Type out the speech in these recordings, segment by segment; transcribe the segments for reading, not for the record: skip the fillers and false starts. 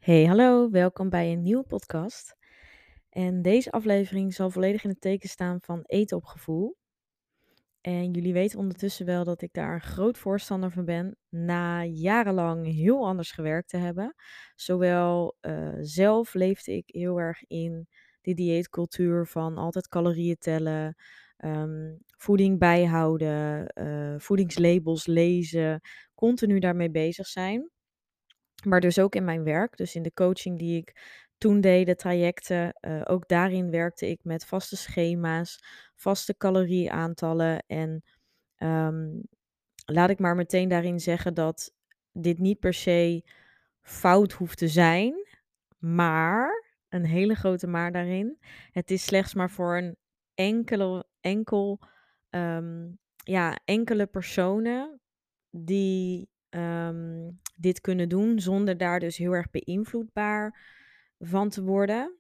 Hey, hallo, welkom bij een nieuwe podcast. En deze aflevering zal volledig in het teken staan van eten op gevoel. En jullie weten ondertussen wel dat ik daar een groot voorstander van ben, na jarenlang heel anders gewerkt te hebben. Zowel zelf leefde ik heel erg in die dieetcultuur van altijd calorieën tellen, voeding bijhouden, voedingslabels lezen, continu daarmee bezig zijn. Maar dus ook in mijn werk, dus in de coaching die ik toen deed, de trajecten, ook daarin werkte ik met vaste schema's, vaste calorieaantallen. En ehm, laat ik maar meteen daarin zeggen dat dit niet per se fout hoeft te zijn, maar, een hele grote maar daarin, het is slechts maar voor een enkel, ehm, ja, enkele personen die dit kunnen doen zonder daar dus heel erg beïnvloedbaar van te worden.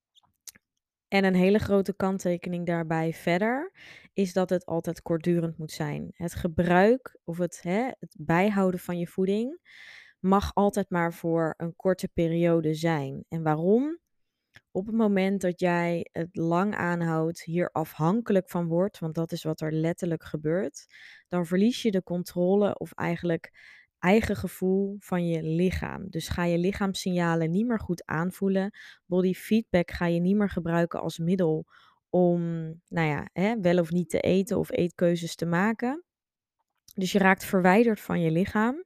En een hele grote kanttekening daarbij verder is dat het altijd kortdurend moet zijn. Het gebruik of het bijhouden van je voeding mag altijd maar voor een korte periode zijn. En waarom? Op het moment dat jij het lang aanhoudt, hier afhankelijk van wordt, want dat is wat er letterlijk gebeurt, dan verlies je de controle of eigenlijk eigen gevoel van je lichaam. Dus ga je lichaamssignalen niet meer goed aanvoelen. Body feedback ga je niet meer gebruiken als middel om, nou ja, wel of niet te eten of eetkeuzes te maken. Dus je raakt verwijderd van je lichaam.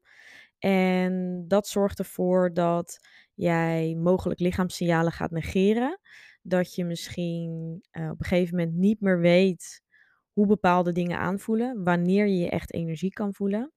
En dat zorgt ervoor dat jij mogelijk lichaamssignalen gaat negeren. Dat je misschien op een gegeven moment niet meer weet hoe bepaalde dingen aanvoelen, wanneer je je echt energie kan voelen.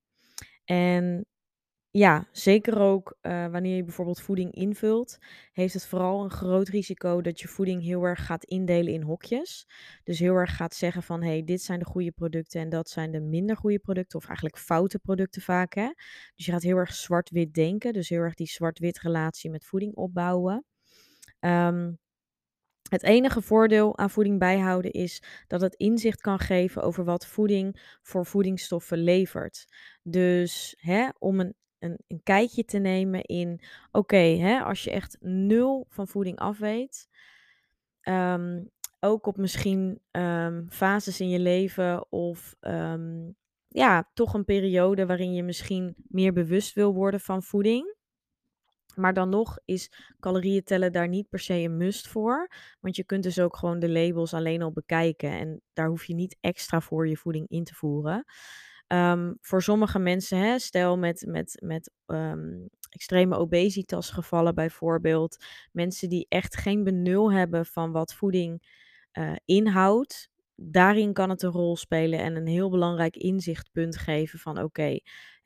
En ja, zeker ook wanneer je bijvoorbeeld voeding invult, heeft het vooral een groot risico dat je voeding heel erg gaat indelen in hokjes. Dus heel erg gaat zeggen van, hey, dit zijn de goede producten en dat zijn de minder goede producten, of eigenlijk foute producten vaak, hè. Dus je gaat heel erg zwart-wit denken, dus heel erg die zwart-wit relatie met voeding opbouwen. Ehm, het enige voordeel aan voeding bijhouden is dat het inzicht kan geven over wat voeding voor voedingsstoffen levert. Dus om een kijkje te nemen in, oké, als je echt nul van voeding af weet, ehm, ook op misschien fases in je leven of ja, toch een periode waarin je misschien meer bewust wil worden van voeding. Maar dan nog is calorieën tellen daar niet per se een must voor. Want je kunt dus ook gewoon de labels alleen al bekijken. En daar hoef je niet extra voor je voeding in te voeren. Voor sommige mensen, stel met extreme obesitasgevallen bijvoorbeeld. Mensen die echt geen benul hebben van wat voeding inhoudt. Daarin kan het een rol spelen en een heel belangrijk inzichtpunt geven van oké,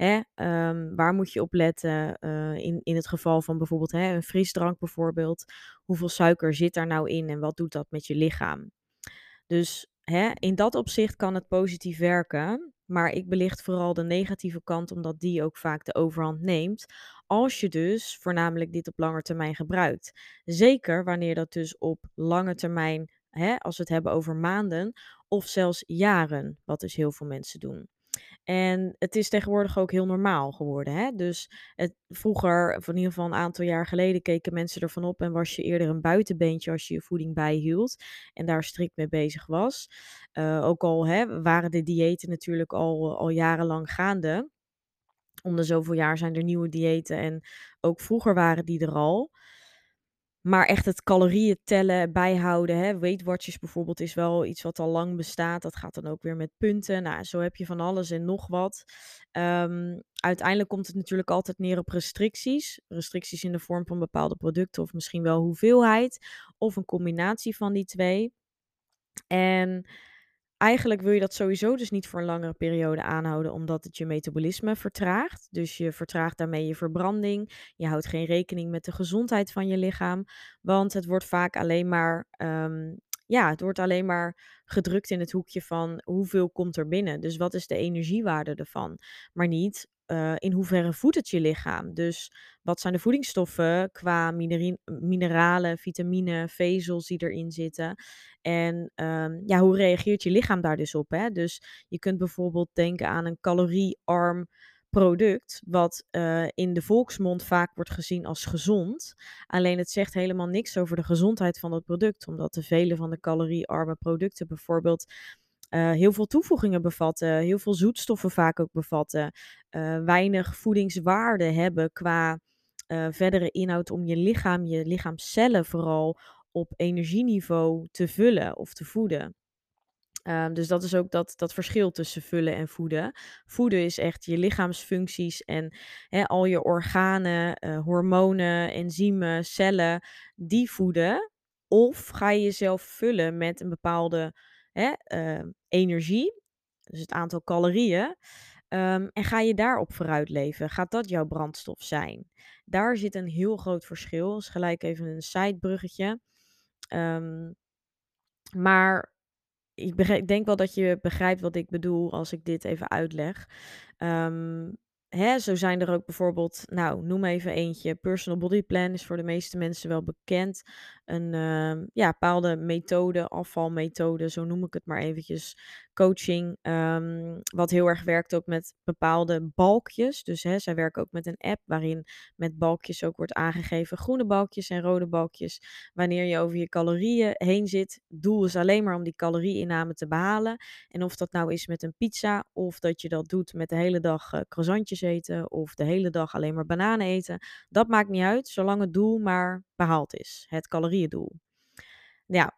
waar moet je op letten in het geval van bijvoorbeeld een frisdrank bijvoorbeeld. Hoeveel suiker zit daar nou in en wat doet dat met je lichaam? Dus in dat opzicht kan het positief werken. Maar ik belicht vooral de negatieve kant, omdat die ook vaak de overhand neemt. Als je dus voornamelijk dit op lange termijn gebruikt. Zeker wanneer dat dus op lange termijn, als we het hebben over maanden of zelfs jaren, wat dus heel veel mensen doen. En het is tegenwoordig ook heel normaal geworden, hè. Dus vroeger, of in ieder geval een aantal jaar geleden, keken mensen ervan op en was je eerder een buitenbeentje als je je voeding bijhield en daar strikt mee bezig was. Ook al waren de diëten natuurlijk al jarenlang gaande. Om de zoveel jaar zijn er nieuwe diëten en ook vroeger waren die er al. Maar echt het calorieën tellen, bijhouden, Weight Watchers bijvoorbeeld is wel iets wat al lang bestaat. Dat gaat dan ook weer met punten. Nou, zo heb je van alles en nog wat. Uiteindelijk komt het natuurlijk altijd neer op restricties. Restricties in de vorm van bepaalde producten of misschien wel hoeveelheid. Of een combinatie van die twee. En eigenlijk wil je dat sowieso dus niet voor een langere periode aanhouden, omdat het je metabolisme vertraagt. Dus je vertraagt daarmee je verbranding. Je houdt geen rekening met de gezondheid van je lichaam, want het wordt vaak alleen maar, ja, het wordt alleen maar gedrukt in het hoekje van hoeveel komt er binnen. Dus wat is de energiewaarde ervan? Maar niet in hoeverre voedt het je lichaam. Dus wat zijn de voedingsstoffen qua mineralen, vitamine, vezels die erin zitten? En ja, hoe reageert je lichaam daar dus op, hè? Dus je kunt bijvoorbeeld denken aan een caloriearm product wat in de volksmond vaak wordt gezien als gezond. Alleen het zegt helemaal niks over de gezondheid van het product, omdat de vele van de caloriearme producten bijvoorbeeld heel veel toevoegingen bevatten, heel veel zoetstoffen vaak ook bevatten, weinig voedingswaarde hebben qua verdere inhoud om je lichaamcellen vooral op energieniveau te vullen of te voeden. Dus dat is ook dat verschil tussen vullen en voeden. Voeden is echt je lichaamsfuncties en al je organen, hormonen, enzymen, cellen, die voeden. Of ga je jezelf vullen met een bepaalde energie, dus het aantal calorieën. En ga je daarop vooruit leven? Gaat dat jouw brandstof zijn? Daar zit een heel groot verschil. Dat is gelijk even een sidebruggetje. Ehm, maar ik denk wel dat je begrijpt wat ik bedoel als ik dit even uitleg. Ehm, Zo zijn er ook bijvoorbeeld, nou, noem even eentje. Personal Body Plan is voor de meeste mensen wel bekend. Een ja, bepaalde methode, afvalmethode, zo noem ik het maar eventjes. Coaching, wat heel erg werkt ook met bepaalde balkjes. Dus zij werken ook met een app waarin met balkjes ook wordt aangegeven groene balkjes en rode balkjes. Wanneer je over je calorieën heen zit, doel is alleen maar om die calorieinname te behalen. En of dat nou is met een pizza, of dat je dat doet met de hele dag croissantjes eten, of de hele dag alleen maar bananen eten, dat maakt niet uit, zolang het doel maar behaald is, het calorieëndoel. Ja,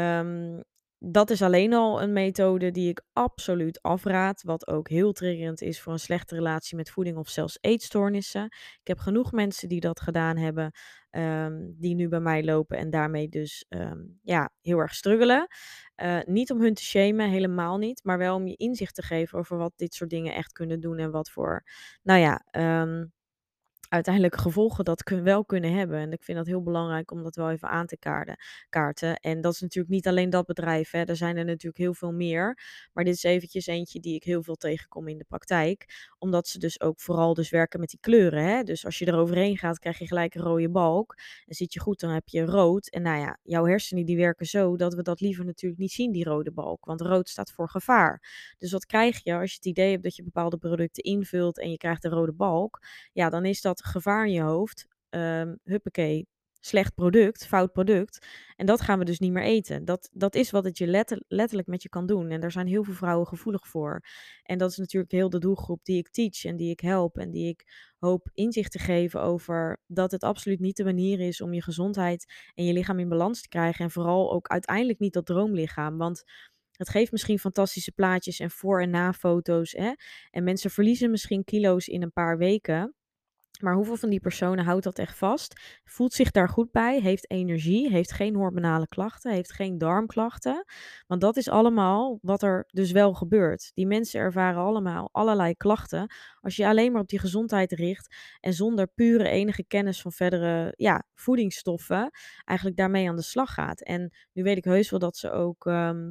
dat is alleen al een methode die ik absoluut afraad, wat ook heel triggerend is voor een slechte relatie met voeding of zelfs eetstoornissen. Ik heb genoeg mensen die dat gedaan hebben, die nu bij mij lopen en daarmee dus ja, heel erg struggelen. Niet om hun te shamen, helemaal niet, maar wel om je inzicht te geven over wat dit soort dingen echt kunnen doen en wat voor, nou ja, uiteindelijke gevolgen dat wel kunnen hebben. En ik vind dat heel belangrijk om dat wel even aan te kaarten. En dat is natuurlijk niet alleen dat bedrijf. Hè. Er zijn er natuurlijk heel veel meer. Maar dit is eventjes eentje die ik heel veel tegenkom in de praktijk. Omdat ze dus ook vooral dus werken met die kleuren. Hè. Dus als je er overheen gaat, krijg je gelijk een rode balk. En zit je goed, dan heb je rood. En nou ja, jouw hersenen die werken zo dat we dat liever natuurlijk niet zien, die rode balk. Want rood staat voor gevaar. Dus wat krijg je als je het idee hebt dat je bepaalde producten invult en je krijgt een rode balk? Ja, dan is dat gevaar in je hoofd. Huppakee, slecht product, fout product. En dat gaan we dus niet meer eten. Dat is wat het je letterlijk met je kan doen. En daar zijn heel veel vrouwen gevoelig voor. En dat is natuurlijk heel de doelgroep die ik teach en die ik help en die ik hoop inzicht te geven over dat het absoluut niet de manier is om je gezondheid en je lichaam in balans te krijgen. En vooral ook uiteindelijk niet dat droomlichaam. Want het geeft misschien fantastische plaatjes en voor- en na-foto's. Hè? En mensen verliezen misschien kilo's in een paar weken. Maar hoeveel van die personen houdt dat echt vast? Voelt zich daar goed bij? Heeft energie? Heeft geen hormonale klachten? Heeft geen darmklachten? Want dat is allemaal wat er dus wel gebeurt. Die mensen ervaren allemaal allerlei klachten. Als je alleen maar op die gezondheid richt en zonder pure enige kennis van verdere ja, voedingsstoffen eigenlijk daarmee aan de slag gaat. En nu weet ik heus wel dat ze ook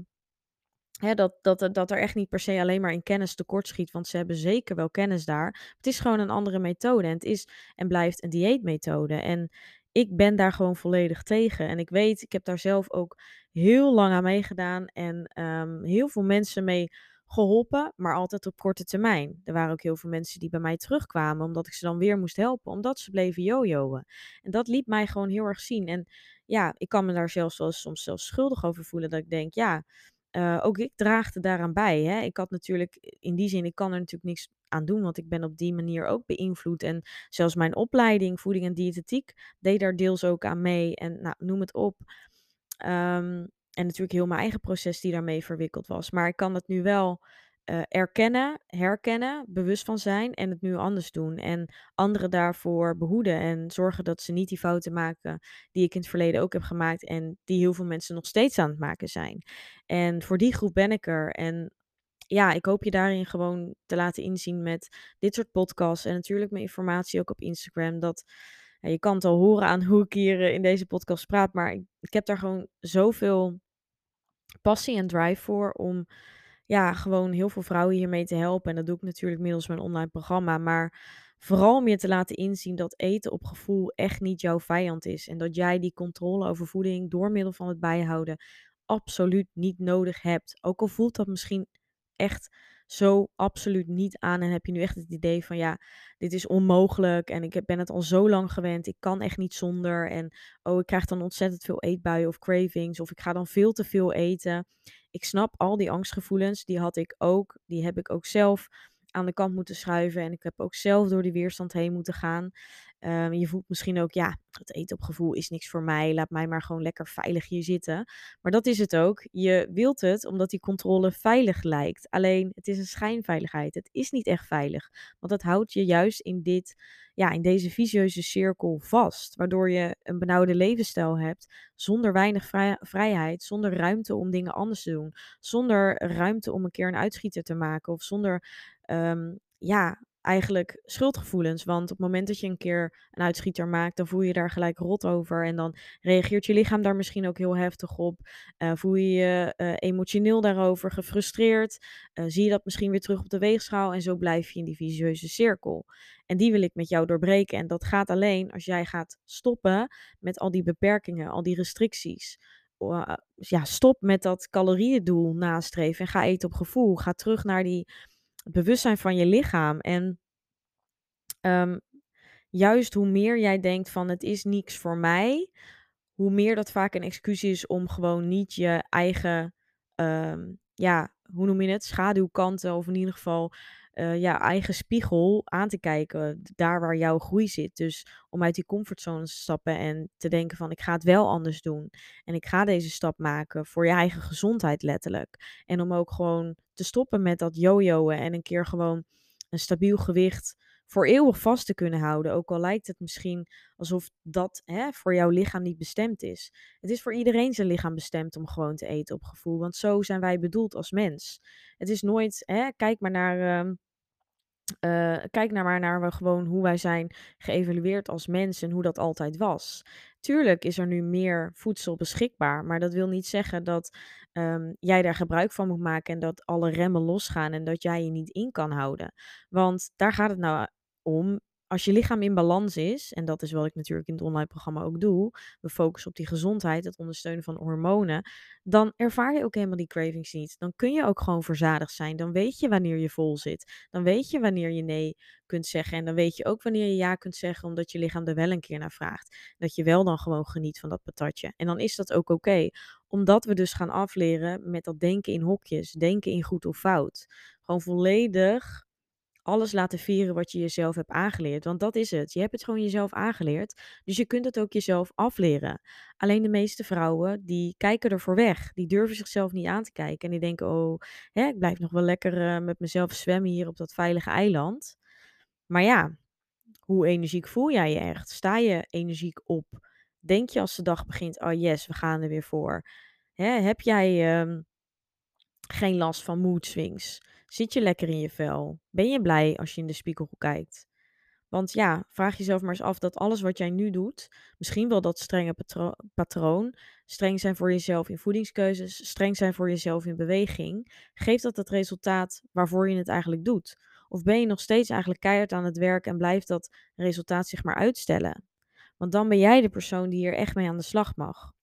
dat er echt niet per se alleen maar in kennis tekortschiet, want ze hebben zeker wel kennis daar. Het is gewoon een andere methode en het is en blijft een dieetmethode. En ik ben daar gewoon volledig tegen. En ik weet, ik heb daar zelf ook heel lang aan meegedaan en heel veel mensen mee geholpen, maar altijd op korte termijn. Er waren ook heel veel mensen die bij mij terugkwamen, omdat ik ze dan weer moest helpen, omdat ze bleven jojoen. En dat liet mij gewoon heel erg zien. En ja, ik kan me daar zelfs wel soms zelfs schuldig over voelen, dat ik denk, ja, ook ik draagde daaraan bij, hè. Ik had natuurlijk in die zin, ik kan er natuurlijk niks aan doen, want ik ben op die manier ook beïnvloed. En zelfs mijn opleiding voeding en diëtetiek deed daar deels ook aan mee en nou, noem het op. En natuurlijk heel mijn eigen proces die daarmee verwikkeld was. Maar ik kan het nu wel erkennen, herkennen, bewust van zijn en het nu anders doen. En anderen daarvoor behoeden en zorgen dat ze niet die fouten maken die ik in het verleden ook heb gemaakt en die heel veel mensen nog steeds aan het maken zijn. En voor die groep ben ik er. En ja, ik hoop je daarin gewoon te laten inzien met dit soort podcasts en natuurlijk mijn informatie ook op Instagram. Dat ja, je kan het al horen aan hoe ik hier in deze podcast praat, maar ik heb daar gewoon zoveel passie en drive voor om ja, gewoon heel veel vrouwen hiermee te helpen. En dat doe ik natuurlijk middels mijn online programma. Maar vooral om je te laten inzien dat eten op gevoel echt niet jouw vijand is. En dat jij die controle over voeding door middel van het bijhouden absoluut niet nodig hebt. Ook al voelt dat misschien echt zo absoluut niet aan en heb je nu echt het idee van ja, dit is onmogelijk en ben het al zo lang gewend, ik kan echt niet zonder en oh, ik krijg dan ontzettend veel eetbuien of cravings of ik ga dan veel te veel eten. Ik snap al die angstgevoelens, die had ik ook, die heb ik ook zelf aan de kant moeten schuiven en ik heb ook zelf door die weerstand heen moeten gaan. Je voelt misschien ook, ja, het eetopgevoel is niks voor mij. Laat mij maar gewoon lekker veilig hier zitten. Maar dat is het ook. Je wilt het omdat die controle veilig lijkt. Alleen het is een schijnveiligheid. Het is niet echt veilig. Want dat houdt je juist in deze vicieuze cirkel vast. Waardoor je een benauwde levensstijl hebt. Zonder weinig vrijheid. Zonder ruimte om dingen anders te doen. Zonder ruimte om een keer een uitschieter te maken. Of zonder eigenlijk schuldgevoelens. Want op het moment dat je een keer een uitschieter maakt, dan voel je daar gelijk rot over. En dan reageert je lichaam daar misschien ook heel heftig op. Voel je je emotioneel daarover, gefrustreerd. Zie je dat misschien weer terug op de weegschaal. En zo blijf je in die vicieuze cirkel. En die wil ik met jou doorbreken. En dat gaat alleen als jij gaat stoppen met al die beperkingen, al die restricties. Ja, stop met dat calorieëndoel nastreven en ga eten op gevoel. Ga terug naar het bewustzijn van je lichaam. En Ehm, juist hoe meer jij denkt van het is niks voor mij, hoe meer dat vaak een excuus is om gewoon niet je eigen, hoe noem je het, schaduwkanten of in ieder geval eigen spiegel aan te kijken, daar waar jouw groei zit. Dus om uit die comfortzone te stappen en te denken van ik ga het wel anders doen en ik ga deze stap maken voor je eigen gezondheid letterlijk. En om ook gewoon te stoppen met dat jojoen en een keer gewoon een stabiel gewicht voor eeuwig vast te kunnen houden. Ook al lijkt het misschien alsof dat voor jouw lichaam niet bestemd is. Het is voor iedereen zijn lichaam bestemd om gewoon te eten op gevoel. Want zo zijn wij bedoeld als mens. Het is nooit, kijk maar naar kijk nou maar naar we gewoon hoe wij zijn geëvalueerd als mens en hoe dat altijd was. Tuurlijk is er nu meer voedsel beschikbaar, maar dat wil niet zeggen dat jij daar gebruik van moet maken en dat alle remmen losgaan en dat jij je niet in kan houden. Want daar gaat het nou om. Als je lichaam in balans is, en dat is wat ik natuurlijk in het online programma ook doe, we focussen op die gezondheid, het ondersteunen van hormonen, dan ervaar je ook helemaal die cravings niet. Dan kun je ook gewoon verzadigd zijn. Dan weet je wanneer je vol zit. Dan weet je wanneer je nee kunt zeggen. En dan weet je ook wanneer je ja kunt zeggen, omdat je lichaam er wel een keer naar vraagt. Dat je wel dan gewoon geniet van dat patatje. En dan is dat ook oké. Omdat we dus gaan afleren met dat denken in hokjes, denken in goed of fout. Gewoon volledig alles laten vieren wat je jezelf hebt aangeleerd. Want dat is het. Je hebt het gewoon jezelf aangeleerd. Dus je kunt het ook jezelf afleren. Alleen de meeste vrouwen, die kijken ervoor weg. Die durven zichzelf niet aan te kijken. En die denken, oh, ik blijf nog wel lekker met mezelf zwemmen hier op dat veilige eiland. Maar ja, hoe energiek voel jij je echt? Sta je energiek op? Denk je als de dag begint, oh yes, we gaan er weer voor. Heb jij geen last van mood swings? Zit je lekker in je vel? Ben je blij als je in de spiegel kijkt? Want ja, vraag jezelf maar eens af dat alles wat jij nu doet, misschien wel dat strenge patroon, streng zijn voor jezelf in voedingskeuzes, streng zijn voor jezelf in beweging, geeft dat het resultaat waarvoor je het eigenlijk doet? Of ben je nog steeds eigenlijk keihard aan het werk en blijft dat resultaat zich maar uitstellen? Want dan ben jij de persoon die hier echt mee aan de slag mag.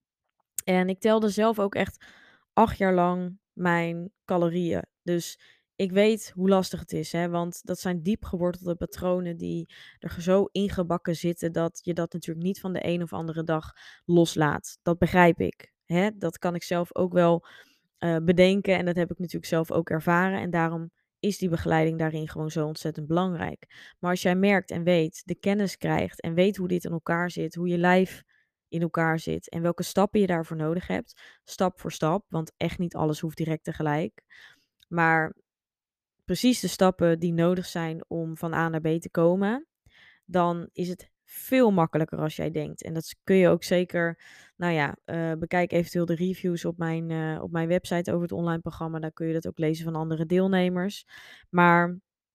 En ik telde zelf ook echt 8 jaar lang mijn calorieën. Dus ik weet hoe lastig het is, hè, want dat zijn diep gewortelde patronen die er zo ingebakken zitten dat je dat natuurlijk niet van de een of andere dag loslaat. Dat begrijp ik. Hè? Dat kan ik zelf ook wel bedenken en dat heb ik natuurlijk zelf ook ervaren. En daarom is die begeleiding daarin gewoon zo ontzettend belangrijk. Maar als jij merkt en weet, de kennis krijgt en weet hoe dit in elkaar zit, hoe je lijf in elkaar zit en welke stappen je daarvoor nodig hebt, stap voor stap, want echt niet alles hoeft direct tegelijk. Maar precies de stappen die nodig zijn om van A naar B te komen, dan is het veel makkelijker als jij denkt. En dat kun je ook zeker, bekijk eventueel de reviews op mijn website over het online programma. Daar kun je dat ook lezen van andere deelnemers. Maar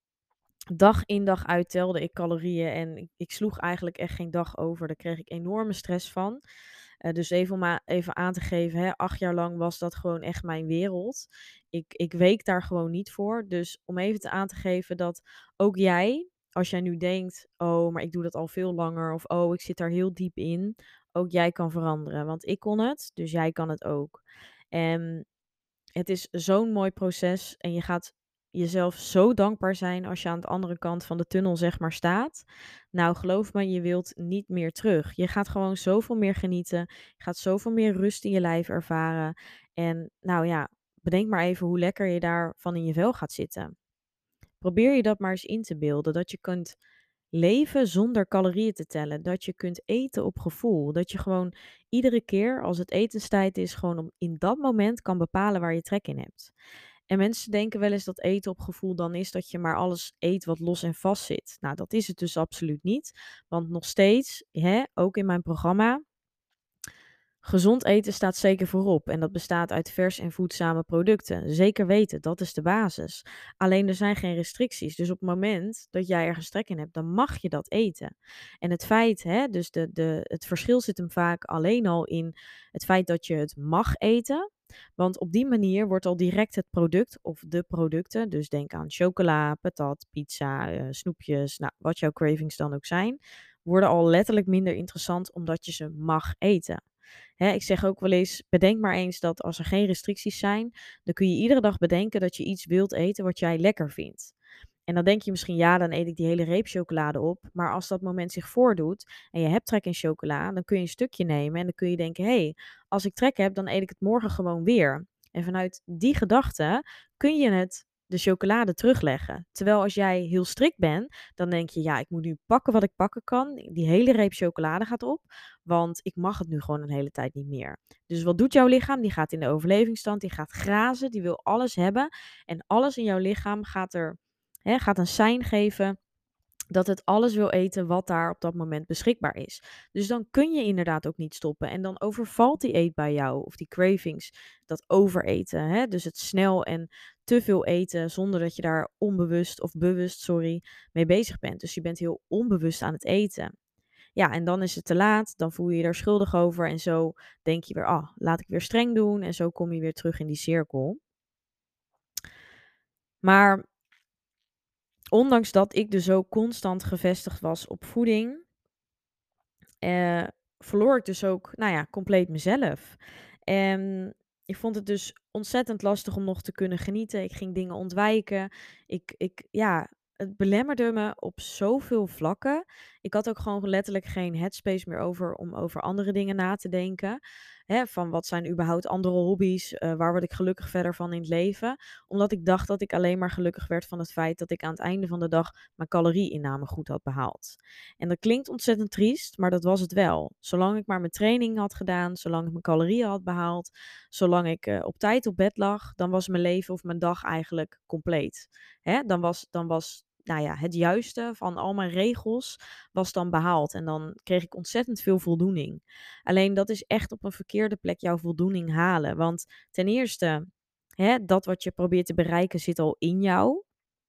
dag in dag uit telde ik calorieën en ik sloeg eigenlijk echt geen dag over. Daar kreeg ik enorme stress van. Dus even om even aan te geven, hè, 8 jaar lang was dat gewoon echt mijn wereld. Ik week daar gewoon niet voor. Dus om even aan te geven dat ook jij, als jij nu denkt, oh, maar ik doe dat al veel langer, of oh, ik zit daar heel diep in, ook jij kan veranderen. Want ik kon het, dus jij kan het ook. En het is zo'n mooi proces en je gaat jezelf zo dankbaar zijn als je aan de andere kant van de tunnel zeg maar staat. Nou, geloof me, je wilt niet meer terug. Je gaat gewoon zoveel meer genieten. Je gaat zoveel meer rust in je lijf ervaren. En nou ja, bedenk maar even hoe lekker je daarvan in je vel gaat zitten. Probeer je dat maar eens in te beelden. Dat je kunt leven zonder calorieën te tellen. Dat je kunt eten op gevoel. Dat je gewoon iedere keer als het etenstijd is, gewoon in dat moment kan bepalen waar je trek in hebt. En mensen denken wel eens dat eten op gevoel dan is dat je maar alles eet wat los en vast zit. Nou, dat is het dus absoluut niet. Want nog steeds, hè, ook in mijn programma, gezond eten staat zeker voorop en dat bestaat uit vers en voedzame producten. Zeker weten, dat is de basis. Alleen er zijn geen restricties. Dus op het moment dat jij ergens trek in hebt, dan mag je dat eten. En het feit, hè, dus het verschil zit hem vaak alleen al in het feit dat je het mag eten. Want op die manier wordt al direct het product of de producten, dus denk aan chocola, patat, pizza, snoepjes, nou, wat jouw cravings dan ook zijn, worden al letterlijk minder interessant omdat je ze mag eten. Hè, ik zeg ook wel eens, bedenk maar eens dat als er geen restricties zijn, dan kun je iedere dag bedenken dat je iets wilt eten wat jij lekker vindt. En dan denk je misschien, ja, dan eet ik die hele reep chocolade op. Maar als dat moment zich voordoet en je hebt trek in chocola, dan kun je een stukje nemen en dan kun je denken, hé, als ik trek heb, dan eet ik het morgen gewoon weer. En vanuit die gedachte kun je de chocolade terugleggen. Terwijl als jij heel strikt bent, dan denk je, ja, ik moet nu pakken wat ik pakken kan. Die hele reep chocolade gaat op, want ik mag het nu gewoon een hele tijd niet meer. Dus wat doet jouw lichaam? Die gaat in de overlevingsstand, die gaat grazen, die wil alles hebben. En alles in jouw lichaam gaat een sein geven dat het alles wil eten wat daar op dat moment beschikbaar is. Dus dan kun je inderdaad ook niet stoppen. En dan overvalt die eet bij jou, of die cravings, dat overeten. Hè? Dus het snel en te veel eten zonder dat je daar onbewust of bewust, sorry, mee bezig bent. Dus je bent heel onbewust aan het eten. Ja, en dan is het te laat, dan voel je je daar schuldig over en zo denk je weer, ah, laat ik weer streng doen en zo kom je weer terug in die cirkel. Maar ondanks dat ik dus ook constant gevestigd was op voeding, eh, verloor ik dus ook, nou ja, compleet mezelf. En ik vond het dus ontzettend lastig om nog te kunnen genieten. Ik ging dingen ontwijken. Ja, het belemmerde me op zoveel vlakken. Ik had ook gewoon letterlijk geen headspace meer over om over andere dingen na te denken. Hè, van wat zijn überhaupt andere hobby's? Waar word ik gelukkig verder van in het leven? Omdat ik dacht dat ik alleen maar gelukkig werd van het feit dat ik aan het einde van de dag mijn calorieinname goed had behaald. En dat klinkt ontzettend triest, maar dat was het wel. Zolang ik maar mijn training had gedaan, zolang ik mijn calorieën had behaald, zolang ik op tijd op bed lag, dan was mijn leven of mijn dag eigenlijk compleet. Hè? Dan was nou ja, het juiste van al mijn regels was dan behaald. En dan kreeg ik ontzettend veel voldoening. Alleen dat is echt op een verkeerde plek jouw voldoening halen. Want ten eerste, hè, dat wat je probeert te bereiken zit al in jou.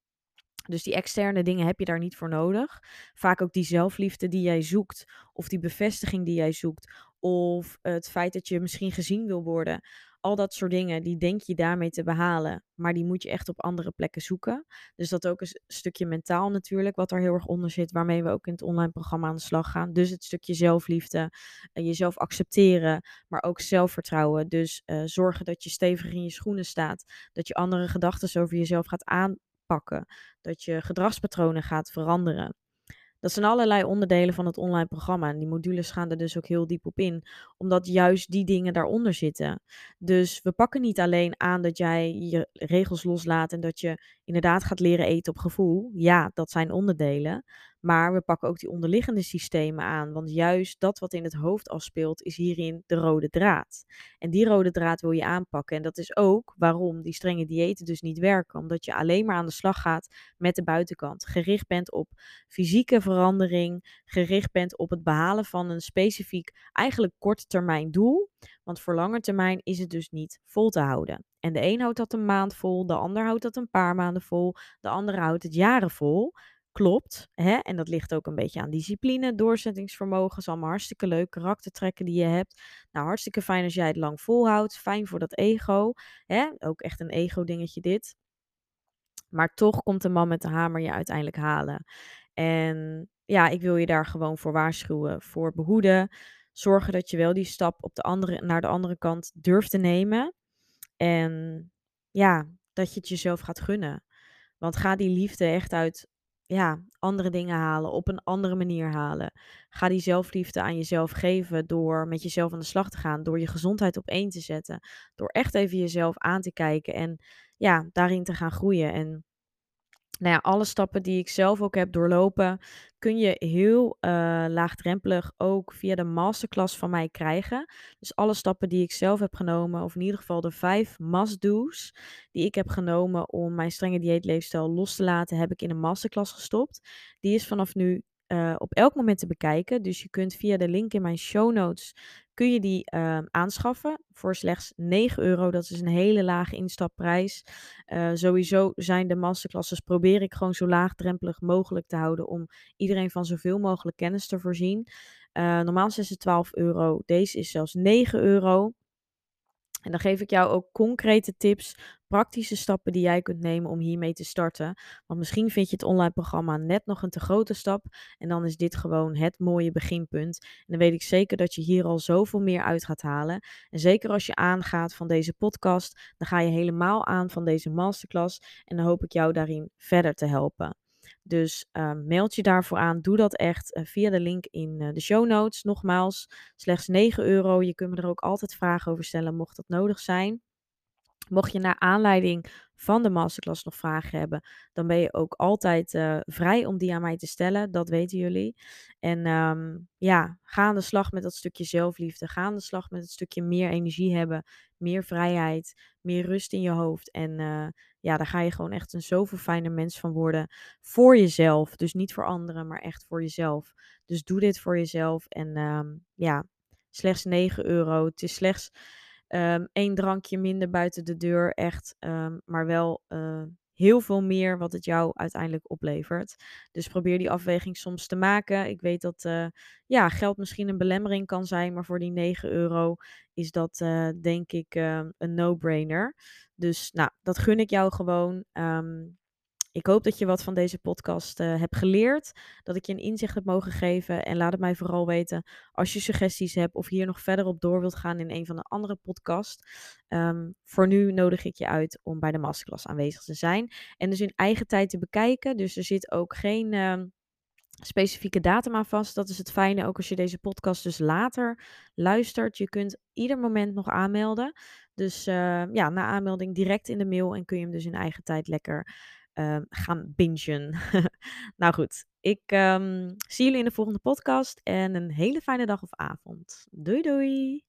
Dus die externe dingen heb je daar niet voor nodig. Vaak ook die zelfliefde die jij zoekt, of die bevestiging die jij zoekt, of het feit dat je misschien gezien wil worden. Al dat soort dingen, die denk je daarmee te behalen, maar die moet je echt op andere plekken zoeken. Dus dat ook een stukje mentaal natuurlijk, wat er heel erg onder zit, waarmee we ook in het online programma aan de slag gaan. Dus het stukje zelfliefde, jezelf accepteren, maar ook zelfvertrouwen. Dus zorgen dat je stevig in je schoenen staat, dat je andere gedachten over jezelf gaat aanpakken, dat je gedragspatronen gaat veranderen. Dat zijn allerlei onderdelen van het online programma. En die modules gaan er dus ook heel diep op in, omdat juist die dingen daaronder zitten. Dus we pakken niet alleen aan dat jij je regels loslaat en dat je inderdaad gaat leren eten op gevoel. Ja, dat zijn onderdelen. Maar we pakken ook die onderliggende systemen aan. Want juist dat wat in het hoofd afspeelt, is hierin de rode draad. En die rode draad wil je aanpakken. En dat is ook waarom die strenge diëten dus niet werken. Omdat je alleen maar aan de slag gaat met de buitenkant. Gericht bent op fysieke verandering, gericht bent op het behalen van een specifiek, eigenlijk korttermijn doel. Want voor lange termijn is het dus niet vol te houden. En de een houdt dat een maand vol, de ander houdt dat een paar maanden vol, de andere houdt het jaren vol. Klopt, hè? En dat ligt ook een beetje aan discipline, doorzettingsvermogen, is allemaal hartstikke leuk, karaktertrekken die je hebt. Nou, hartstikke fijn als jij het lang volhoudt, fijn voor dat ego, hè? Ook echt een ego-dingetje dit. Maar toch komt de man met de hamer je uiteindelijk halen. En ja, ik wil je daar gewoon voor waarschuwen, voor behoeden. Zorgen dat je wel die stap naar de andere kant durft te nemen. En ja, dat je het jezelf gaat gunnen. Want ga die liefde echt uit, ja, andere dingen halen, op een andere manier halen. Ga die zelfliefde aan jezelf geven door met jezelf aan de slag te gaan, door je gezondheid op één te zetten, door echt even jezelf aan te kijken en ja, daarin te gaan groeien. En nou ja, alle stappen die ik zelf ook heb doorlopen, kun je heel laagdrempelig ook via de masterclass van mij krijgen. Dus alle stappen die ik zelf heb genomen, of in ieder geval de 5 must-do's die ik heb genomen om mijn strenge dieetleefstijl los te laten, heb ik in een masterclass gestopt. Die is vanaf nu op elk moment te bekijken. Dus je kunt via de link in mijn show notes, kun je die aanschaffen voor slechts €9. Dat is een hele lage instapprijs. Sowieso zijn de masterclasses probeer ik gewoon zo laagdrempelig mogelijk te houden om iedereen van zoveel mogelijk kennis te voorzien. Normaal is het €12, deze is zelfs €9. En dan geef ik jou ook concrete tips, praktische stappen die jij kunt nemen om hiermee te starten. Want misschien vind je het online programma net nog een te grote stap en dan is dit gewoon het mooie beginpunt. En dan weet ik zeker dat je hier al zoveel meer uit gaat halen. En zeker als je aangaat van deze podcast, dan ga je helemaal aan van deze masterclass en dan hoop ik jou daarin verder te helpen. Dus meld je daarvoor aan. Doe dat echt via de link in de show notes. Nogmaals, slechts €9. Je kunt me er ook altijd vragen over stellen, mocht dat nodig zijn. Mocht je naar aanleiding van de masterclass nog vragen hebben, dan ben je ook altijd vrij om die aan mij te stellen. Dat weten jullie. En ja, ga aan de slag met dat stukje zelfliefde. Ga aan de slag met het stukje meer energie hebben, meer vrijheid, meer rust in je hoofd. En ja, daar ga je gewoon echt een zoveel fijner mens van worden voor jezelf. Dus niet voor anderen, maar echt voor jezelf. Dus doe dit voor jezelf. En ja, slechts €9. Het is slechts 1 drankje minder buiten de deur, echt, maar wel heel veel meer wat het jou uiteindelijk oplevert. Dus probeer die afweging soms te maken. Ik weet dat ja, geld misschien een belemmering kan zijn, maar voor die €9 is dat denk ik een no-brainer. Dus nou, dat gun ik jou gewoon. Ik hoop dat je wat van deze podcast hebt geleerd. Dat ik je een inzicht heb mogen geven. En laat het mij vooral weten als je suggesties hebt of hier nog verder op door wilt gaan in een van de andere podcasts. Voor nu nodig ik je uit om bij de masterclass aanwezig te zijn. En dus in eigen tijd te bekijken. Dus er zit ook geen specifieke datum aan vast. Dat is het fijne, ook als je deze podcast dus later luistert. Je kunt ieder moment nog aanmelden. Dus ja, na aanmelding direct in de mail en kun je hem dus in eigen tijd lekker gaan bingen. Nou goed, ik zie jullie in de volgende podcast en een hele fijne dag of avond. Doei doei!